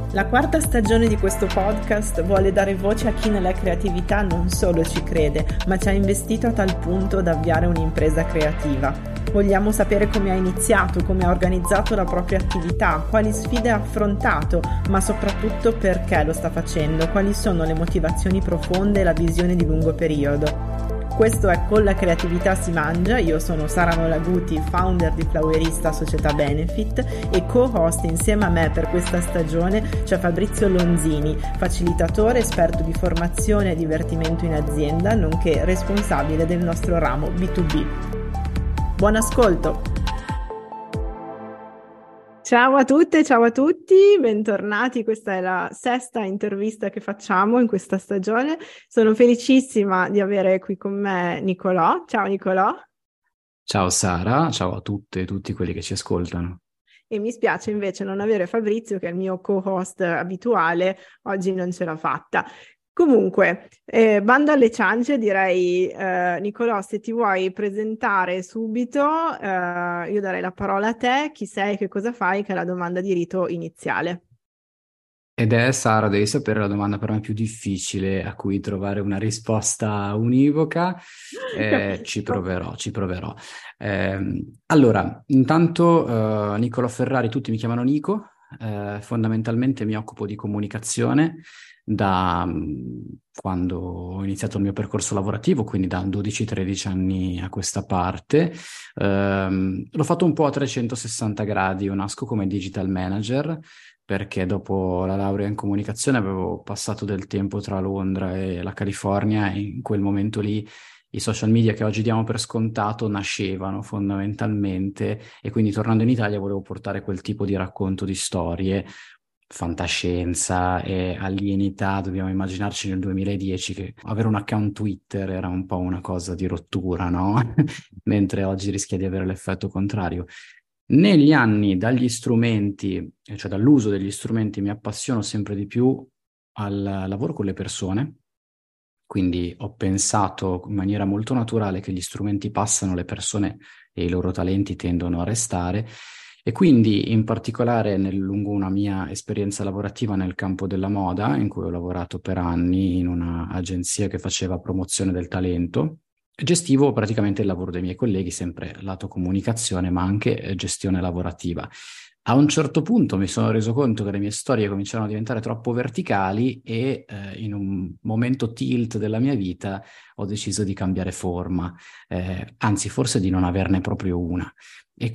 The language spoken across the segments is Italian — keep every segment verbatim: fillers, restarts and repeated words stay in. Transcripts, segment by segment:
La quarta stagione di questo podcast vuole dare voce a chi nella creatività non solo ci crede, ma ci ha investito a tal punto da avviare un'impresa creativa. Vogliamo sapere come ha iniziato, come ha organizzato la propria attività, quali sfide ha affrontato, ma soprattutto perché lo sta facendo, quali sono le motivazioni profonde e la visione di lungo periodo. Questo è Con la creatività si mangia, io sono Sara Nolaguti, founder di Flowerista Società Benefit e co-host insieme a me per questa stagione c'è Fabrizio Lonzini, facilitatore, esperto di formazione e divertimento in azienda, nonché responsabile del nostro ramo B due B. Buon ascolto! Ciao a tutte, ciao a tutti, bentornati. Questa è la sesta intervista che facciamo in questa stagione. Sono felicissima di avere qui con me Nicolò. Ciao Nicolò. Ciao Sara, ciao a tutte e tutti quelli che ci ascoltano. E mi spiace invece non avere Fabrizio, che è il mio co-host abituale, oggi non ce l'ha fatta. Comunque, eh, bando alle ciance, direi, eh, Nicolò, se ti vuoi presentare subito, eh, io darei la parola a te, chi sei, che cosa fai, che è la domanda di rito iniziale. Ed è, Sara, devi sapere la domanda per me più difficile a cui trovare una risposta univoca. Eh, ci Capisco. proverò, ci proverò. Ehm, allora, intanto, eh, Nicolò Ferrari, tutti mi chiamano Nico. Eh, fondamentalmente mi occupo di comunicazione da mm, quando ho iniziato il mio percorso lavorativo, quindi da dodici tredici anni a questa parte. Ehm, l'ho fatto un po' a trecentosessanta gradi, io nasco come digital manager perché dopo la laurea in comunicazione avevo passato del tempo tra Londra e la California e in quel momento lì i social media che oggi diamo per scontato nascevano fondamentalmente e quindi tornando in Italia volevo portare quel tipo di racconto di storie, fantascienza e alienità. Dobbiamo immaginarci nel duemiladieci che avere un account Twitter era un po' una cosa di rottura, no? Mentre oggi rischia di avere l'effetto contrario. Negli anni, dagli strumenti, cioè dall'uso degli strumenti, mi appassiono sempre di più al lavoro con le persone, quindi ho pensato in maniera molto naturale che gli strumenti passano, le persone e i loro talenti tendono a restare, e quindi in particolare nel lungo una mia esperienza lavorativa nel campo della moda, in cui ho lavorato per anni in un'agenzia che faceva promozione del talento. Gestivo praticamente il lavoro dei miei colleghi, sempre lato comunicazione, ma anche eh, gestione lavorativa. A un certo punto mi sono reso conto che le mie storie cominciavano a diventare troppo verticali e eh, in un momento tilt della mia vita ho deciso di cambiare forma, eh, anzi forse di non averne proprio una. E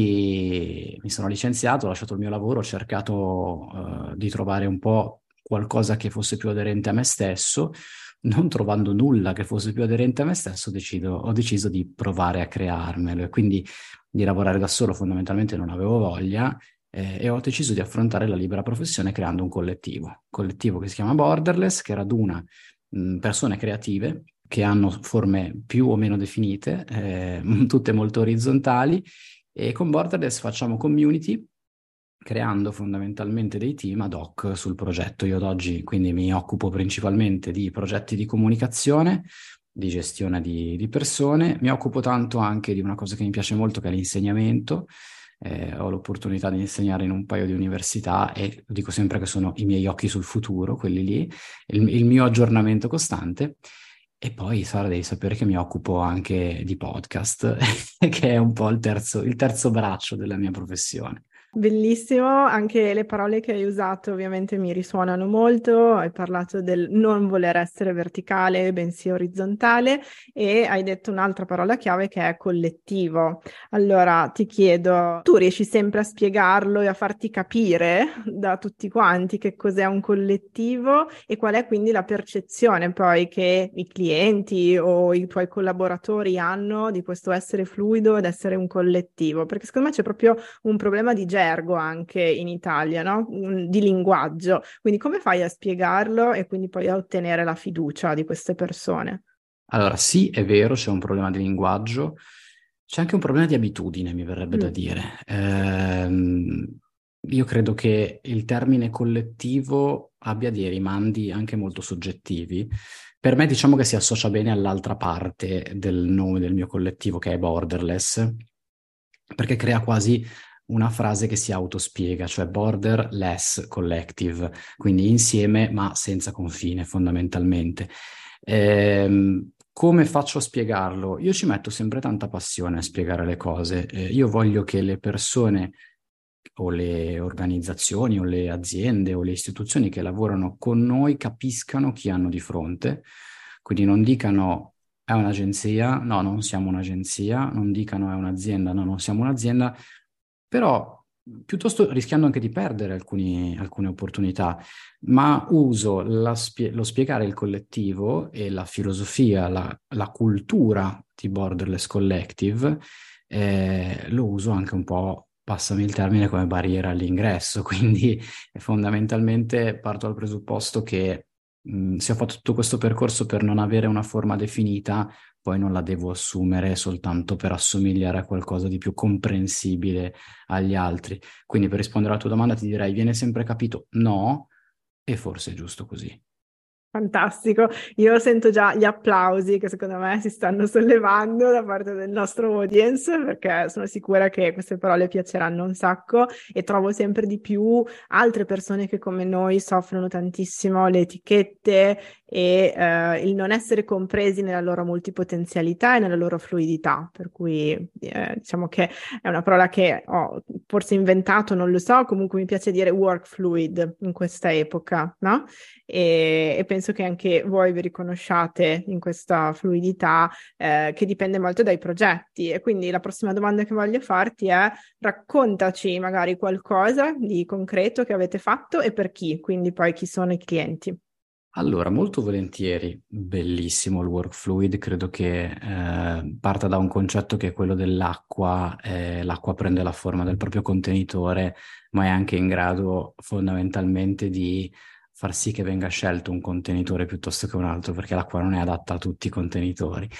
quindi mi sono licenziato, ho lasciato il mio lavoro, ho cercato eh, di trovare un po' qualcosa che fosse più aderente a me stesso. Non trovando nulla che fosse più aderente a me stesso, decido- ho deciso di provare a crearmelo e quindi di lavorare da solo fondamentalmente non avevo voglia, eh, e ho deciso di affrontare la libera professione creando un collettivo, un collettivo che si chiama Borderless, che raduna mh, persone creative che hanno forme più o meno definite, eh, tutte molto orizzontali, e con Borderless facciamo community creando fondamentalmente dei team ad hoc sul progetto. Io ad oggi quindi mi occupo principalmente di progetti di comunicazione, di gestione di, di persone, mi occupo tanto anche di una cosa che mi piace molto, che è l'insegnamento. Eh, ho l'opportunità di insegnare in un paio di università e dico sempre che sono i miei occhi sul futuro, quelli lì, il, il mio aggiornamento costante. E poi, Sara, devi sapere che mi occupo anche di podcast, che è un po' il terzo, il terzo braccio della mia professione. Bellissimo, anche le parole che hai usato ovviamente mi risuonano molto. Hai parlato del non voler essere verticale, bensì orizzontale, e hai detto un'altra parola chiave che è collettivo. Allora ti chiedo, tu riesci sempre a spiegarlo e a farti capire da tutti quanti che cos'è un collettivo e qual è quindi la percezione poi che i clienti o i tuoi collaboratori hanno di questo essere fluido ed essere un collettivo? Perché secondo me c'è proprio un problema di gergo anche in Italia, no? Un- Di linguaggio. Quindi come fai a spiegarlo e quindi poi a ottenere la fiducia di queste persone? Allora, sì, è vero, c'è un problema di linguaggio, c'è anche un problema di abitudine, mi verrebbe da Mm. dire. Ehm, io credo che il termine collettivo abbia dei rimandi anche molto soggettivi. Per me, diciamo che si associa bene all'altra parte del nome del mio collettivo, che è Borderless, perché crea quasi una frase che si autospiega, cioè borderless collective, quindi insieme ma senza confine fondamentalmente. Ehm, come faccio a spiegarlo? Io ci metto sempre tanta passione a spiegare le cose. Eh, io voglio che le persone o le organizzazioni o le aziende o le istituzioni che lavorano con noi capiscano chi hanno di fronte, quindi non dicano è un'agenzia, no, non siamo un'agenzia, non dicano è un'azienda, no, non siamo un'azienda, però piuttosto rischiando anche di perdere alcuni- alcune opportunità, ma uso la spie- lo spiegare il collettivo e la filosofia, la, la cultura di Borderless Collective, eh, lo uso anche un po', passami il termine, come barriera all'ingresso, quindi fondamentalmente parto dal presupposto che mh, se ho fatto tutto questo percorso per non avere una forma definita, poi non la devo assumere soltanto per assomigliare a qualcosa di più comprensibile agli altri. Quindi per rispondere alla tua domanda ti direi, viene sempre capito no, e forse è giusto così. Fantastico, io sento già gli applausi che secondo me si stanno sollevando da parte del nostro audience, perché sono sicura che queste parole piaceranno un sacco e trovo sempre di più altre persone che come noi soffrono tantissimo le etichette e eh, il non essere compresi nella loro multipotenzialità e nella loro fluidità, per cui eh, diciamo che è una parola che ho forse inventato, non lo so, comunque mi piace dire work fluid in questa epoca, no? E, e penso che anche voi vi riconosciate in questa fluidità eh, che dipende molto dai progetti. E quindi la prossima domanda che voglio farti è: raccontaci magari qualcosa di concreto che avete fatto e per chi, quindi poi chi sono i clienti. Allora, molto volentieri, bellissimo il work fluid, credo che eh, parta da un concetto che è quello dell'acqua, eh, l'acqua prende la forma del proprio contenitore, ma è anche in grado fondamentalmente di far sì che venga scelto un contenitore piuttosto che un altro, perché l'acqua non è adatta a tutti i contenitori.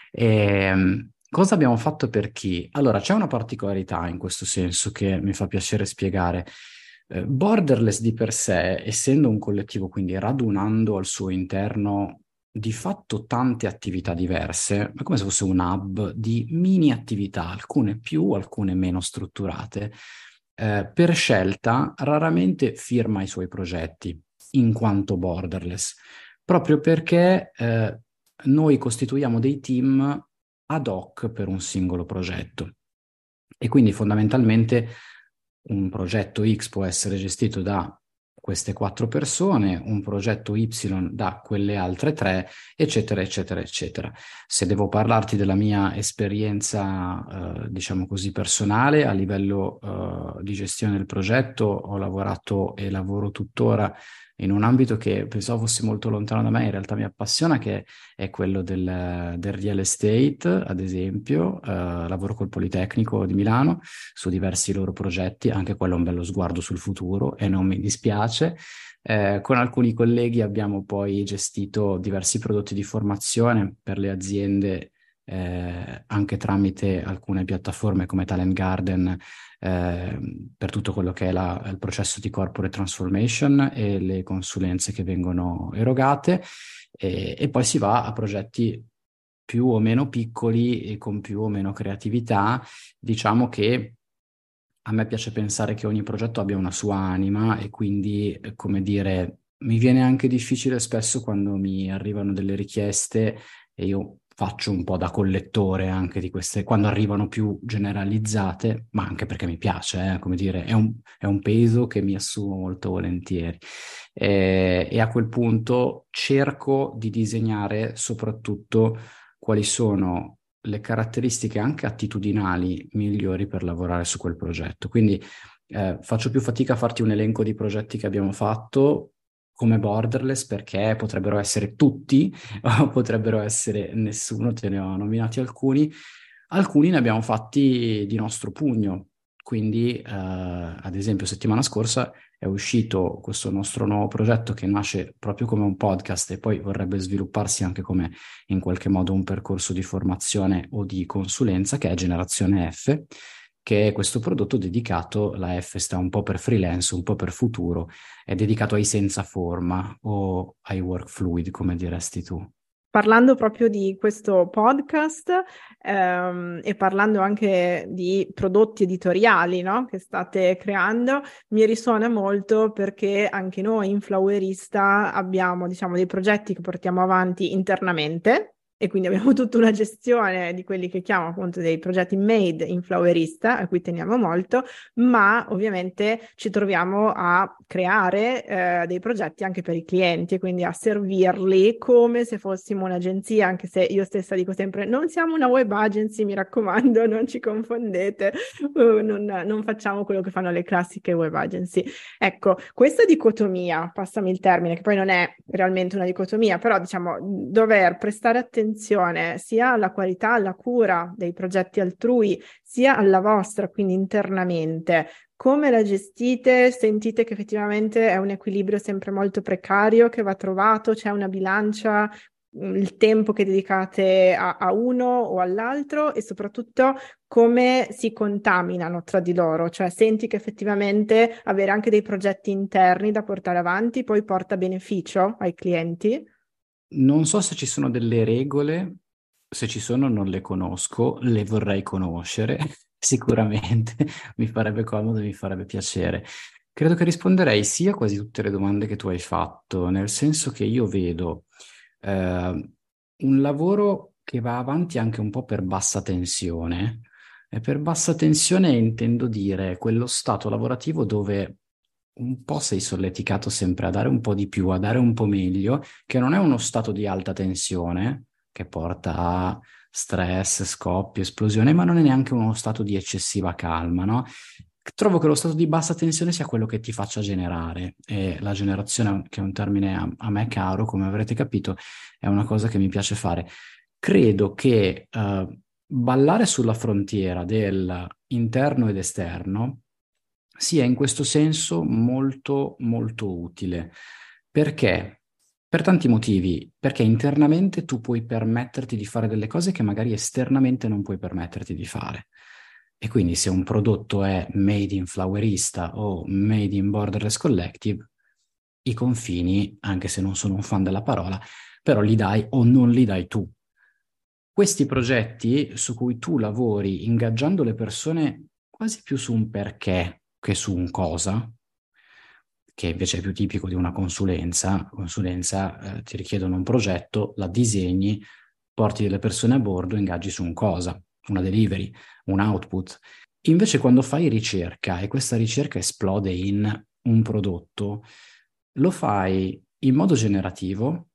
E, cosa abbiamo fatto per chi? Allora, c'è una particolarità in questo senso che mi fa piacere spiegare. Eh, Borderless di per sé, essendo un collettivo, quindi radunando al suo interno di fatto tante attività diverse, è come se fosse un hub di mini attività, alcune più, alcune meno strutturate, eh, per scelta raramente firma i suoi progetti in quanto borderless, proprio perché eh, noi costituiamo dei team ad hoc per un singolo progetto. E quindi fondamentalmente un progetto X può essere gestito da queste quattro persone, un progetto Y da quelle altre tre, eccetera, eccetera, eccetera. Se devo parlarti della mia esperienza, eh, diciamo così, personale a livello, eh, di gestione del progetto, ho lavorato e lavoro tuttora in un ambito che pensavo fosse molto lontano da me, in realtà mi appassiona, che è quello del, del real estate, ad esempio. Eh, lavoro col Politecnico di Milano su diversi loro progetti, anche quello è un bello sguardo sul futuro e non mi dispiace. Eh, con alcuni colleghi abbiamo poi gestito diversi prodotti di formazione per le aziende, eh, anche tramite alcune piattaforme come Talent Garden, eh, per tutto quello che è la, il processo di corporate transformation e le consulenze che vengono erogate. E, e poi si va a progetti più o meno piccoli e con più o meno creatività. Diciamo che a me piace pensare che ogni progetto abbia una sua anima e quindi, eh, come dire, mi viene anche difficile spesso quando mi arrivano delle richieste e io faccio un po' da collettore anche di queste, quando arrivano più generalizzate, ma anche perché mi piace, eh, come dire, è un, è un peso che mi assumo molto volentieri. Eh, e a quel punto cerco di disegnare soprattutto quali sono le caratteristiche anche attitudinali migliori per lavorare su quel progetto. Quindi eh, faccio più fatica a farti un elenco di progetti che abbiamo fatto come borderless, perché potrebbero essere tutti o potrebbero essere nessuno, te ne ho nominati alcuni. Alcuni ne abbiamo fatti di nostro pugno. Quindi, eh, ad esempio, settimana scorsa è uscito questo nostro nuovo progetto che nasce proprio come un podcast e poi vorrebbe svilupparsi anche come in qualche modo un percorso di formazione o di consulenza, che è Generazione F, che è questo prodotto dedicato, la F sta un po' per freelance, un po' per futuro, è dedicato ai senza forma o ai work fluid, come diresti tu. Parlando proprio di questo podcast ehm, e parlando anche di prodotti editoriali, no, che state creando, mi risuona molto perché anche noi in Flowerista abbiamo, diciamo, dei progetti che portiamo avanti internamente. E quindi abbiamo tutta una gestione di quelli che chiamo appunto dei progetti made in Flowerista, a cui teniamo molto, ma ovviamente ci troviamo a creare eh, dei progetti anche per i clienti e quindi a servirli come se fossimo un'agenzia, anche se io stessa dico sempre non siamo una web agency, mi raccomando, non ci confondete, uh, non, non facciamo quello che fanno le classiche web agency. Ecco, questa dicotomia, passami il termine, che poi non è realmente una dicotomia, però diciamo dover prestare attenzione sia alla qualità, alla cura dei progetti altrui, sia alla vostra, quindi internamente. Come la gestite? Sentite che effettivamente è un equilibrio sempre molto precario che va trovato? C'è una bilancia, il tempo che dedicate a, a uno o all'altro e soprattutto come si contaminano tra di loro? Cioè senti che effettivamente avere anche dei progetti interni da portare avanti poi porta beneficio ai clienti? Non so se ci sono delle regole, se ci sono non le conosco, le vorrei conoscere, sicuramente mi farebbe comodo e mi farebbe piacere. Credo che risponderei sia a quasi tutte le domande che tu hai fatto, nel senso che io vedo eh, un lavoro che va avanti anche un po' per bassa tensione, e per bassa tensione intendo dire quello stato lavorativo dove un po' sei solleticato sempre a dare un po' di più, a dare un po' meglio, che non è uno stato di alta tensione che porta a stress, scoppio, esplosione, ma non è neanche uno stato di eccessiva calma, no? Trovo che lo stato di bassa tensione sia quello che ti faccia generare e la generazione, che è un termine a, a me caro, come avrete capito, è una cosa che mi piace fare. Credo che eh, ballare sulla frontiera del interno ed esterno sia in questo senso molto molto utile. Perché? Per tanti motivi, perché internamente tu puoi permetterti di fare delle cose che magari esternamente non puoi permetterti di fare. E quindi se un prodotto è made in Flowerista o made in Borderless Collective, i confini, anche se non sono un fan della parola, però li dai o non li dai tu. Questi progetti su cui tu lavori ingaggiando le persone quasi più su un perché che su un cosa, che invece è più tipico di una consulenza. Consulenza, eh, ti richiedono un progetto, la disegni, porti delle persone a bordo, ingaggi su un cosa, una delivery, un output. Invece quando fai ricerca e questa ricerca esplode in un prodotto, lo fai in modo generativo,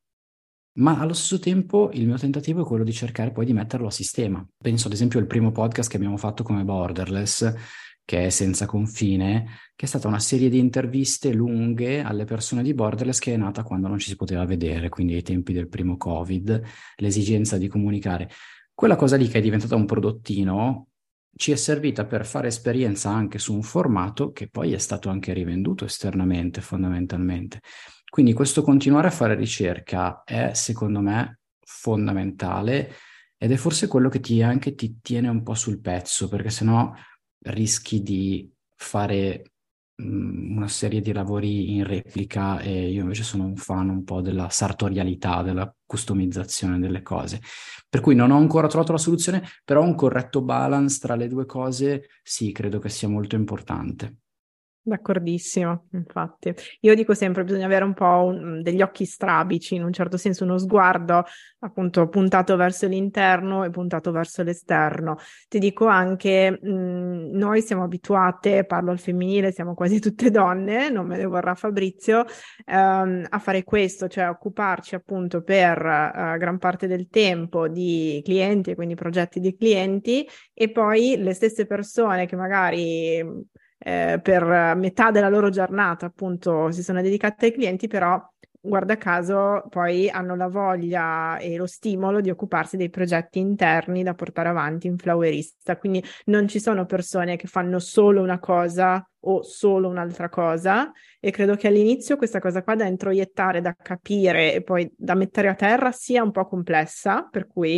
ma allo stesso tempo il mio tentativo è quello di cercare poi di metterlo a sistema. Penso ad esempio al primo podcast che abbiamo fatto come Borderless, che è Senza Confine, che è stata una serie di interviste lunghe alle persone di Borderless che è nata quando non ci si poteva vedere, quindi ai tempi del primo Covid, l'esigenza di comunicare. Quella cosa lì che è diventata un prodottino ci è servita per fare esperienza anche su un formato che poi è stato anche rivenduto esternamente, fondamentalmente. Quindi questo continuare a fare ricerca è, secondo me, fondamentale ed è forse quello che ti anche ti tiene un po' sul pezzo, perché sennò rischi di fare mh, una serie di lavori in replica e io invece sono un fan un po' della sartorialità, della customizzazione delle cose. Per cui non ho ancora trovato la soluzione, però un corretto balance tra le due cose sì, credo che sia molto importante. D'accordissimo, infatti. Io dico sempre, bisogna avere un po' un- degli occhi strabici, in un certo senso uno sguardo appunto puntato verso l'interno e puntato verso l'esterno. Ti dico anche, mh, noi siamo abituate, parlo al femminile, siamo quasi tutte donne, non me ne vorrà Fabrizio, ehm, a fare questo, cioè occuparci appunto per eh, gran parte del tempo di clienti e quindi progetti di clienti e poi le stesse persone che magari eh, per metà della loro giornata appunto si sono dedicate ai clienti, però guarda caso poi hanno la voglia e lo stimolo di occuparsi dei progetti interni da portare avanti in Flowerista, quindi non ci sono persone che fanno solo una cosa o solo un'altra cosa e credo che all'inizio questa cosa qua da introiettare, da capire e poi da mettere a terra sia un po' complessa, per cui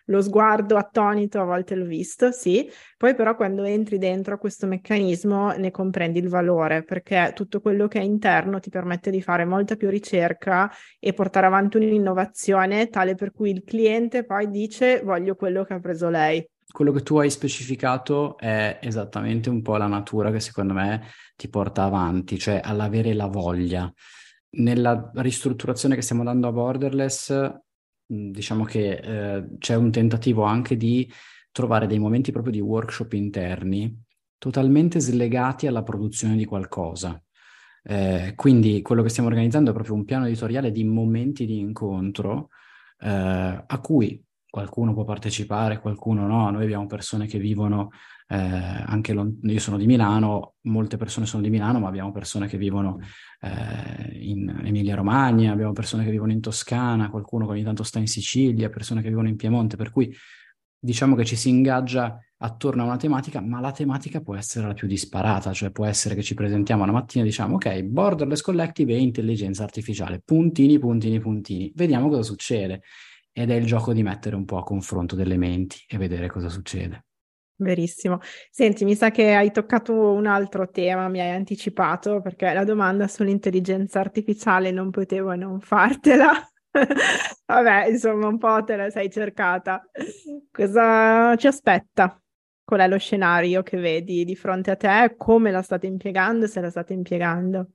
lo sguardo attonito a volte l'ho visto, sì. Poi però quando entri dentro a questo meccanismo ne comprendi il valore, perché tutto quello che è interno ti permette di fare molta più ricerca e portare avanti un'innovazione tale per cui il cliente poi dice voglio quello che ha preso lei. Quello che tu hai specificato è esattamente un po' la natura che secondo me ti porta avanti, cioè all'avere la voglia. Nella ristrutturazione che stiamo dando a Borderless, mh, diciamo che eh, c'è un tentativo anche di trovare dei momenti proprio di workshop interni totalmente slegati alla produzione di qualcosa. Eh, quindi quello che stiamo organizzando è proprio un piano editoriale di momenti di incontro eh, a cui qualcuno può partecipare, qualcuno no. Noi abbiamo persone che vivono eh, anche lon- io sono di Milano, molte persone sono di Milano, ma abbiamo persone che vivono eh, in Emilia-Romagna, abbiamo persone che vivono in Toscana, qualcuno che ogni tanto sta in Sicilia, persone che vivono in Piemonte, per cui diciamo che ci si ingaggia attorno a una tematica, ma la tematica può essere la più disparata, cioè può essere che ci presentiamo una mattina e diciamo ok, Borderless Collective e intelligenza artificiale, puntini, puntini, puntini, vediamo cosa succede. Ed è il gioco di mettere un po' a confronto delle menti e vedere cosa succede. Verissimo. Senti, mi sa che hai toccato un altro tema, mi hai anticipato, perché la domanda sull'intelligenza artificiale non potevo non fartela. Vabbè, insomma, un po' te la sei cercata. Cosa ci aspetta? Qual è lo scenario che vedi di fronte a te? Come la state impiegando, se la state impiegando?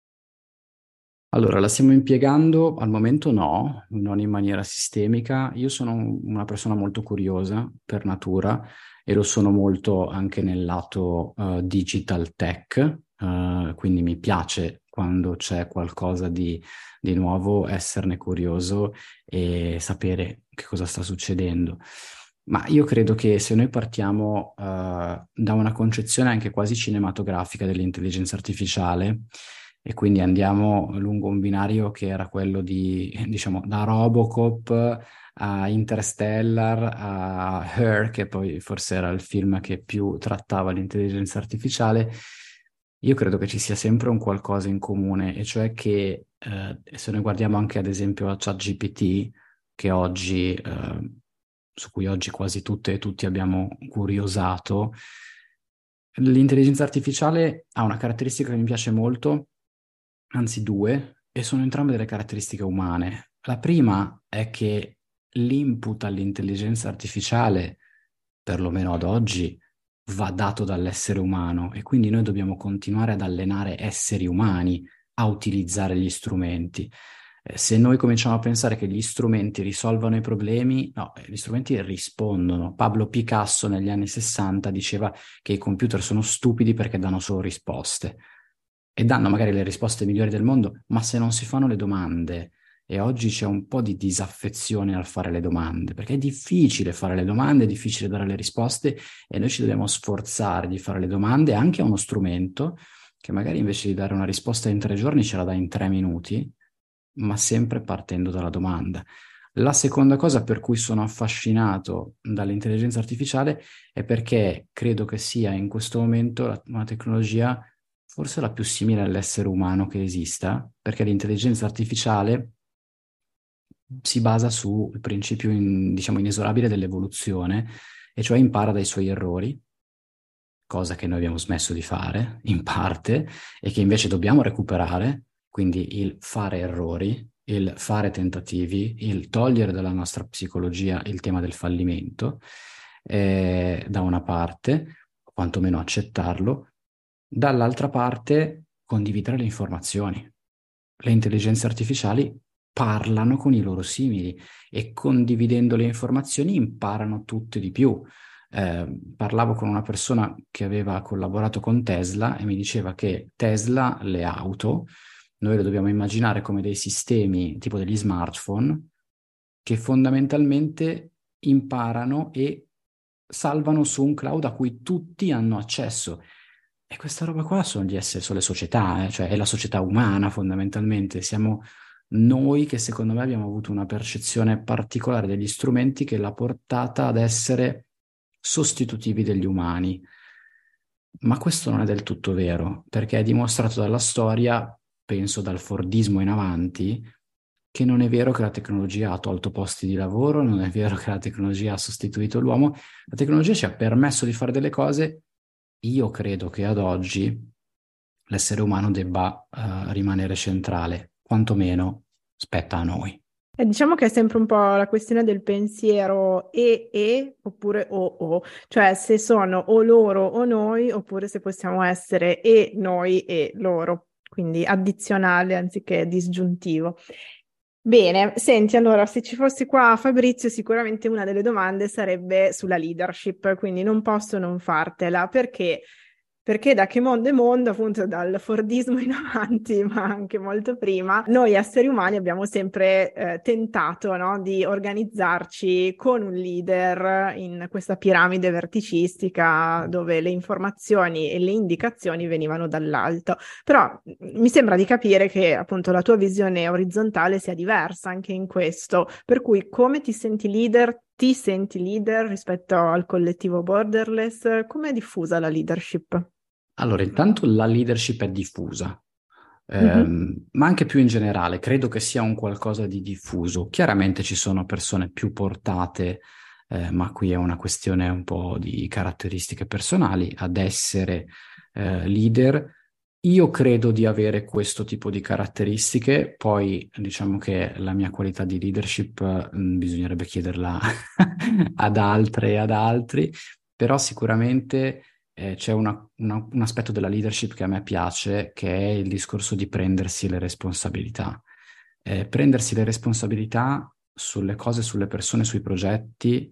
Allora, la stiamo impiegando al momento no, non in maniera sistemica. Io sono una persona molto curiosa per natura e lo sono molto anche nel lato eh, digital tech, eh, quindi mi piace quando c'è qualcosa di, di nuovo esserne curioso e sapere che cosa sta succedendo. Ma io credo che se noi partiamo eh, da una concezione anche quasi cinematografica dell'intelligenza artificiale, e quindi andiamo lungo un binario che era quello di, diciamo, da Robocop a Interstellar a Her, che poi forse era il film che più trattava l'intelligenza artificiale. Io credo che ci sia sempre un qualcosa in comune, e cioè che eh, se noi guardiamo anche ad esempio a ChatGPT, che oggi, eh, su cui oggi quasi tutte e tutti abbiamo curiosato, l'intelligenza artificiale ha una caratteristica che mi piace molto, anzi due, e sono entrambe delle caratteristiche umane. La prima è che l'input all'intelligenza artificiale, perlomeno ad oggi, va dato dall'essere umano e quindi noi dobbiamo continuare ad allenare esseri umani a utilizzare gli strumenti. Eh, se noi cominciamo a pensare che gli strumenti risolvano i problemi, no, eh, gli strumenti rispondono. Pablo Picasso negli anni sessanta diceva che i computer sono stupidi perché danno solo risposte e danno magari le risposte migliori del mondo, ma se non si fanno le domande, e oggi c'è un po' di disaffezione al fare le domande, perché è difficile fare le domande, è difficile dare le risposte e noi ci dobbiamo sforzare di fare le domande anche a uno strumento che magari invece di dare una risposta in tre giorni ce la dà in tre minuti, ma sempre partendo dalla domanda. La seconda cosa per cui sono affascinato dall'intelligenza artificiale è perché credo che sia in questo momento la- una tecnologia forse la più simile all'essere umano che esista, perché l'intelligenza artificiale si basa sul principio, in- diciamo, inesorabile dell'evoluzione, e cioè impara dai suoi errori, cosa che noi abbiamo smesso di fare, in parte, e che invece dobbiamo recuperare, quindi il fare errori, il fare tentativi, il togliere dalla nostra psicologia il tema del fallimento, eh, da una parte, o quantomeno accettarlo, dall'altra parte condividere le informazioni. Le intelligenze artificiali parlano con i loro simili e condividendo le informazioni imparano tutte di più. Eh, parlavo con una persona che aveva collaborato con Tesla e mi diceva che Tesla, le auto, noi le dobbiamo immaginare come dei sistemi tipo degli smartphone che fondamentalmente imparano e salvano su un cloud a cui tutti hanno accesso. E questa roba qua sono gli esseri, sono le società, eh, cioè è la società umana fondamentalmente. Siamo noi che secondo me abbiamo avuto una percezione particolare degli strumenti che l'ha portata ad essere sostitutivi degli umani. Ma questo non è del tutto vero, perché è dimostrato dalla storia, penso dal Fordismo in avanti, che non è vero che la tecnologia ha tolto posti di lavoro, non è vero che la tecnologia ha sostituito l'uomo, la tecnologia ci ha permesso di fare delle cose. Io credo che ad oggi l'essere umano debba eh, rimanere centrale, quantomeno spetta a noi. E diciamo che è sempre un po' la questione del pensiero e e oppure o o, cioè se sono o loro o noi, oppure se possiamo essere e noi e loro, quindi addizionale anziché disgiuntivo. Bene, senti, allora se ci fossi qua Fabrizio, sicuramente una delle domande sarebbe sulla leadership, quindi non posso non fartela, perché perché da che mondo è mondo, appunto dal Fordismo in avanti, ma anche molto prima, noi esseri umani abbiamo sempre eh, tentato, no, di organizzarci con un leader in questa piramide verticistica dove le informazioni e le indicazioni venivano dall'alto. Però mh, mi sembra di capire che appunto la tua visione orizzontale sia diversa anche in questo, per cui come ti senti leader? Ti senti leader rispetto al collettivo borderless? Come è diffusa la leadership? Allora, intanto la leadership è diffusa, Mhm. ehm, ma anche più in generale, credo che sia un qualcosa di diffuso. Chiaramente ci sono persone più portate, eh, ma qui è una questione un po' di caratteristiche personali, ad essere eh, leader. Io credo di avere questo tipo di caratteristiche, poi diciamo che la mia qualità di leadership eh, bisognerebbe chiederla ad altre e ad altri, però sicuramente eh, c'è una- una- un aspetto della leadership che a me piace, che è il discorso di prendersi le responsabilità. Eh, prendersi le responsabilità sulle cose, sulle persone, sui progetti,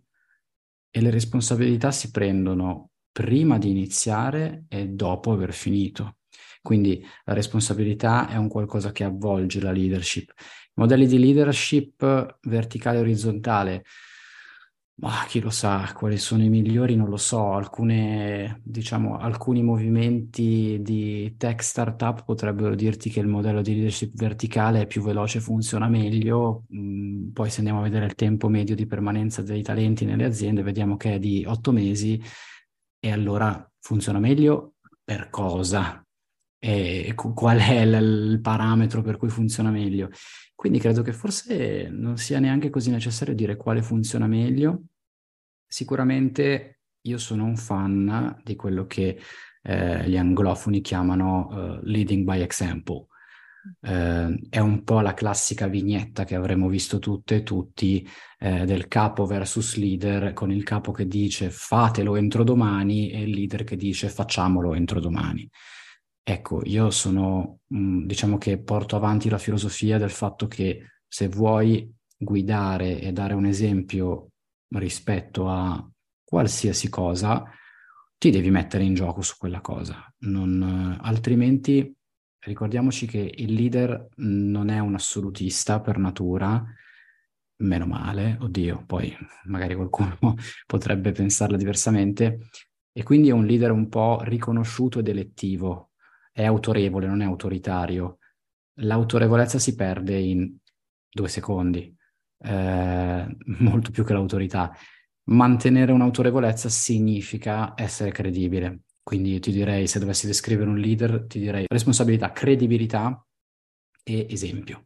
e le responsabilità si prendono prima di iniziare e dopo aver finito. Quindi la responsabilità è un qualcosa che avvolge la leadership. I modelli di leadership verticale e orizzontale, ma chi lo sa quali sono i migliori, non lo so. Alcune, diciamo, alcuni movimenti di tech startup potrebbero dirti che il modello di leadership verticale è più veloce, funziona meglio. Mm, poi se andiamo a vedere il tempo medio di permanenza dei talenti nelle aziende, vediamo che è di otto mesi, e allora funziona meglio per cosa? E cu- qual è il, il parametro per cui funziona meglio? Quindi credo che forse non sia neanche così necessario dire quale funziona meglio. Sicuramente io sono un fan di quello che eh, gli anglofoni chiamano eh, leading by example. Eh, è un po' la classica vignetta che avremmo visto tutte e tutti, eh, del capo versus leader, con il capo che dice fatelo entro domani e il leader che dice facciamolo entro domani. Ecco, io sono, mh, diciamo che porto avanti la filosofia del fatto che se vuoi guidare e dare un esempio rispetto a qualsiasi cosa, ti devi mettere in gioco su quella cosa. Non, eh, altrimenti ricordiamoci che il leader non è un assolutista per natura, meno male, oddio, poi magari qualcuno potrebbe pensarla diversamente, e quindi è un leader un po' riconosciuto ed elettivo, è autorevole, non è autoritario. L'autorevolezza si perde in due secondi, eh, molto più che l'autorità. Mantenere un'autorevolezza significa essere credibile. Quindi io ti direi, se dovessi descrivere un leader, ti direi responsabilità, credibilità e esempio.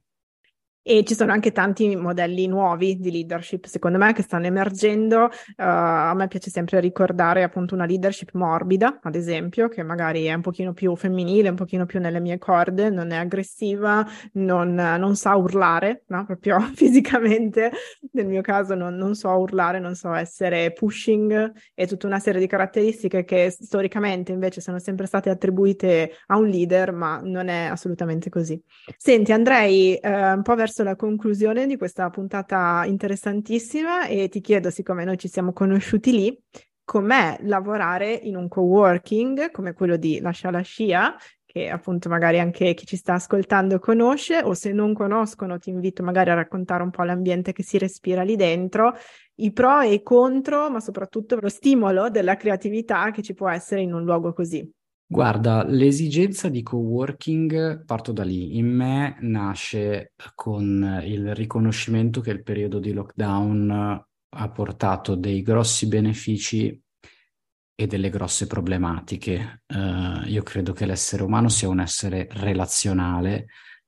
E ci sono anche tanti modelli nuovi di leadership, secondo me, che stanno emergendo. Eh, a me piace sempre ricordare appunto una leadership morbida, ad esempio, che magari è un pochino più femminile, un pochino più nelle mie corde, non è aggressiva, non, non sa urlare, no? Proprio fisicamente. Nel mio caso non, non so urlare, non so essere pushing e tutta una serie di caratteristiche che storicamente invece sono sempre state attribuite a un leader, ma non è assolutamente così. Senti, andrei eh, un po' verso la conclusione di questa puntata interessantissima e ti chiedo, siccome noi ci siamo conosciuti lì, com'è lavorare in un coworking come quello di Lascia la Scia, che appunto magari anche chi ci sta ascoltando conosce, o se non conoscono ti invito magari a raccontare un po' l'ambiente che si respira lì dentro, i pro e i contro, ma soprattutto lo stimolo della creatività che ci può essere in un luogo così. Guarda, l'esigenza di coworking, parto da lì, in me nasce con il riconoscimento che il periodo di lockdown ha portato dei grossi benefici e delle grosse problematiche. Eh, io credo che l'essere umano sia un essere relazionale,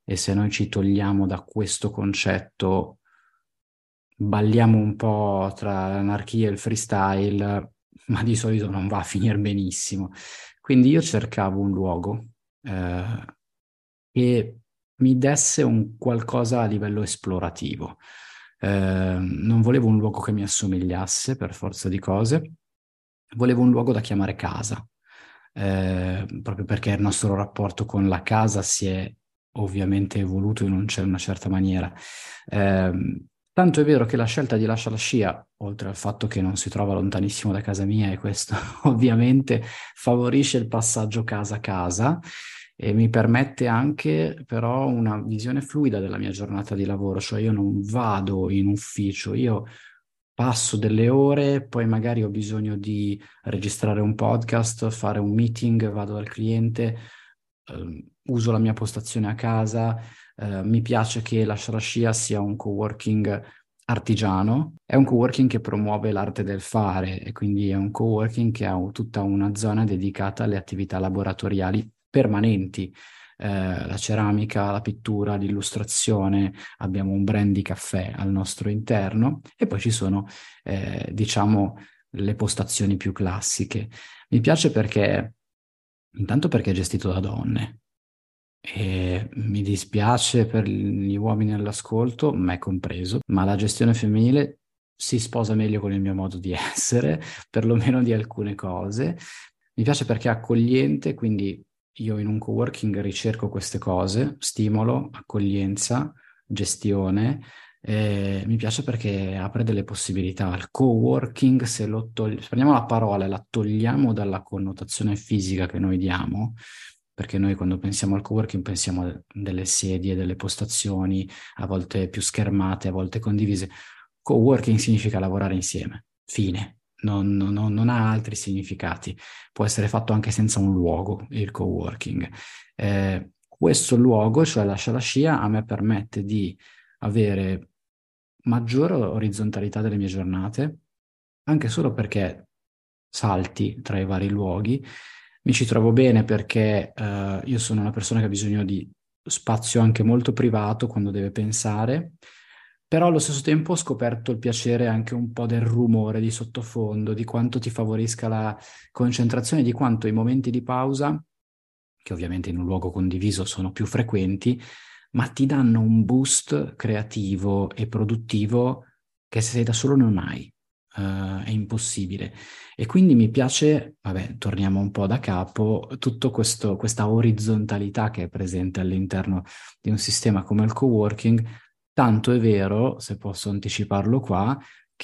e se noi ci togliamo da questo concetto, balliamo un po' tra l'anarchia e il freestyle, ma di solito non va a finire benissimo. Quindi io cercavo un luogo eh, che mi desse un qualcosa a livello esplorativo. Eh, non volevo un luogo che mi assomigliasse per forza di cose, volevo un luogo da chiamare casa, eh, proprio perché il nostro rapporto con la casa si è ovviamente evoluto in un- in una certa maniera. Ehm, tanto è vero che la scelta di Lascia la Scia, oltre al fatto che non si trova lontanissimo da casa mia, e questo ovviamente favorisce il passaggio casa-casa, e mi permette anche però una visione fluida della mia giornata di lavoro, cioè io non vado in ufficio, io passo delle ore, poi magari ho bisogno di registrare un podcast, fare un meeting, vado dal cliente, ehm, uso la mia postazione a casa, eh, mi piace che la Scia sia un coworking artigiano, è un coworking che promuove l'arte del fare e quindi è un coworking che ha tutta una zona dedicata alle attività laboratoriali permanenti. Eh, la ceramica, la pittura, l'illustrazione, abbiamo un brand di caffè al nostro interno e poi ci sono, eh, diciamo, le postazioni più classiche. Mi piace perché, intanto perché è gestito da donne e mi dispiace per gli uomini all'ascolto, me compreso, ma la gestione femminile si sposa meglio con il mio modo di essere, perlomeno di alcune cose. Mi piace perché è accogliente, quindi io in un coworking ricerco queste cose, stimolo, accoglienza, gestione. Eh, mi piace perché apre delle possibilità. Il coworking, se lo togliamo, prendiamo la parola e la togliamo dalla connotazione fisica che noi diamo, perché noi quando pensiamo al coworking pensiamo a delle sedie, delle postazioni, a volte più schermate, a volte condivise. Coworking significa lavorare insieme, fine, non, non- non ha altri significati. Può essere fatto anche senza un luogo, il coworking. Eh, questo luogo, cioè Lascia la Scia, a me permette di avere maggiore orizzontalità delle mie giornate, anche solo perché salti tra i vari luoghi. Mi ci trovo bene perché eh, io sono una persona che ha bisogno di spazio anche molto privato quando deve pensare, però allo stesso tempo ho scoperto il piacere anche un po' del rumore di sottofondo, di quanto ti favorisca la concentrazione, di quanto i momenti di pausa, che ovviamente in un luogo condiviso sono più frequenti, ma ti danno un boost creativo e produttivo che se sei da solo non hai. Eh, è impossibile. E quindi mi piace, vabbè, torniamo un po' da capo, tutto questo, questa orizzontalità che è presente all'interno di un sistema come il coworking, tanto è vero, se posso anticiparlo qua,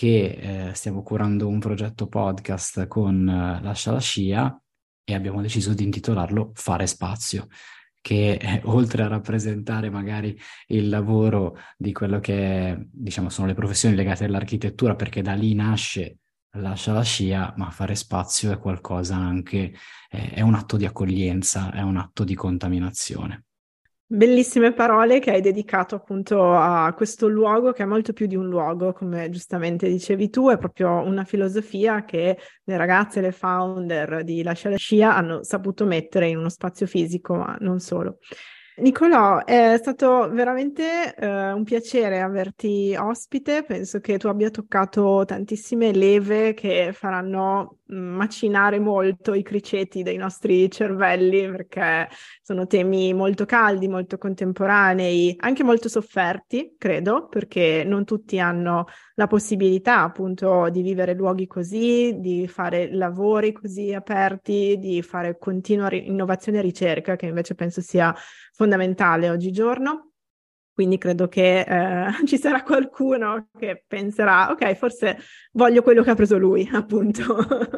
che eh, stiamo curando un progetto podcast con eh, Lascia la Scia e abbiamo deciso di intitolarlo Fare Spazio, che eh, oltre a rappresentare magari il lavoro di quello che, diciamo, sono le professioni legate all'architettura, perché da lì nasce Lascia la Scia, ma fare spazio è qualcosa anche, eh, è un atto di accoglienza, è un atto di contaminazione. Bellissime parole che hai dedicato appunto a questo luogo che è molto più di un luogo, come giustamente dicevi tu, è proprio una filosofia che le ragazze, le founder di Lascia la Scia hanno saputo mettere in uno spazio fisico, ma non solo. Nicolò, è stato veramente eh, un piacere averti ospite. Penso che tu abbia toccato tantissime leve che faranno mm, macinare molto i criceti dei nostri cervelli, perché sono temi molto caldi, molto contemporanei, anche molto sofferti, credo, perché non tutti hanno la possibilità appunto di vivere luoghi così, di fare lavori così aperti, di fare continua ri- innovazione e ricerca, che invece penso sia fondamentale oggigiorno. Quindi credo che eh, ci sarà qualcuno che penserà, ok, forse voglio quello che ha preso lui, appunto.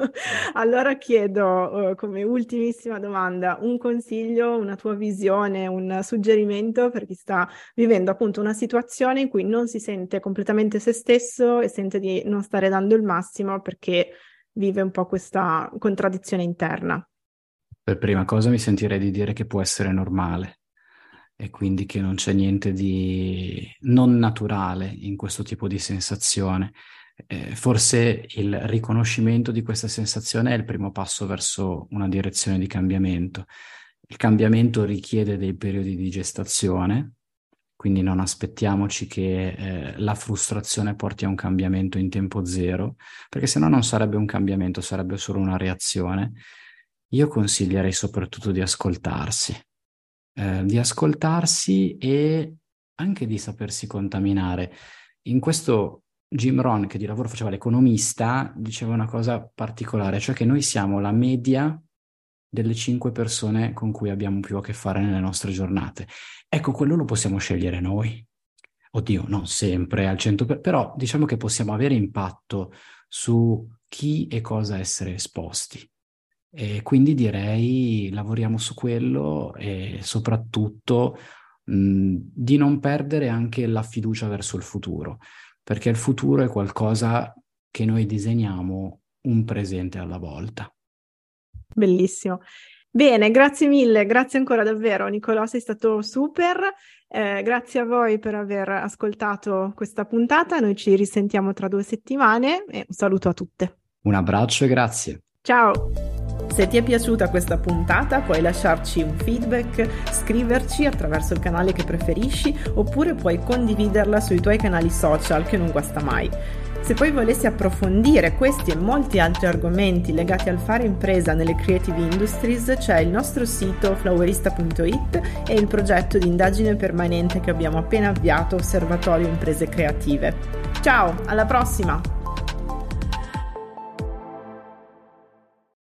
Allora chiedo eh, come ultimissima domanda un consiglio, una tua visione, un suggerimento per chi sta vivendo appunto una situazione in cui non si sente completamente se stesso e sente di non stare dando il massimo perché vive un po' questa contraddizione interna. Per prima cosa mi sentirei di dire che può essere normale e quindi che non c'è niente di non naturale in questo tipo di sensazione. Eh, forse il riconoscimento di questa sensazione è il primo passo verso una direzione di cambiamento. Il cambiamento richiede dei periodi di gestazione, quindi non aspettiamoci che eh, la frustrazione porti a un cambiamento in tempo zero, perché sennò non sarebbe un cambiamento, sarebbe solo una reazione. Io consiglierei soprattutto di ascoltarsi, eh, di ascoltarsi e anche di sapersi contaminare. In questo Jim Rohn, che di lavoro faceva l'economista, diceva una cosa particolare, cioè che noi siamo la media delle cinque persone con cui abbiamo più a che fare nelle nostre giornate. Ecco, quello lo possiamo scegliere noi. Oddio, non sempre al cento per cento, però diciamo che possiamo avere impatto su chi e cosa essere esposti. E quindi direi lavoriamo su quello e soprattutto mh, di non perdere anche la fiducia verso il futuro, perché il futuro è qualcosa che noi disegniamo un presente alla volta. Bellissimo. Bene, grazie mille, grazie ancora davvero Nicolò, sei stato super, eh, grazie a voi per aver ascoltato questa puntata, noi ci risentiamo tra due settimane e un saluto a tutte. Un abbraccio e grazie. Ciao! Se ti è piaciuta questa puntata puoi lasciarci un feedback, scriverci attraverso il canale che preferisci oppure puoi condividerla sui tuoi canali social, che non guasta mai. Se poi volessi approfondire questi e molti altri argomenti legati al fare impresa nelle creative industries, c'è il nostro sito flowerista punto it e il progetto di indagine permanente che abbiamo appena avviato, Osservatorio Imprese Creative. Ciao, alla prossima!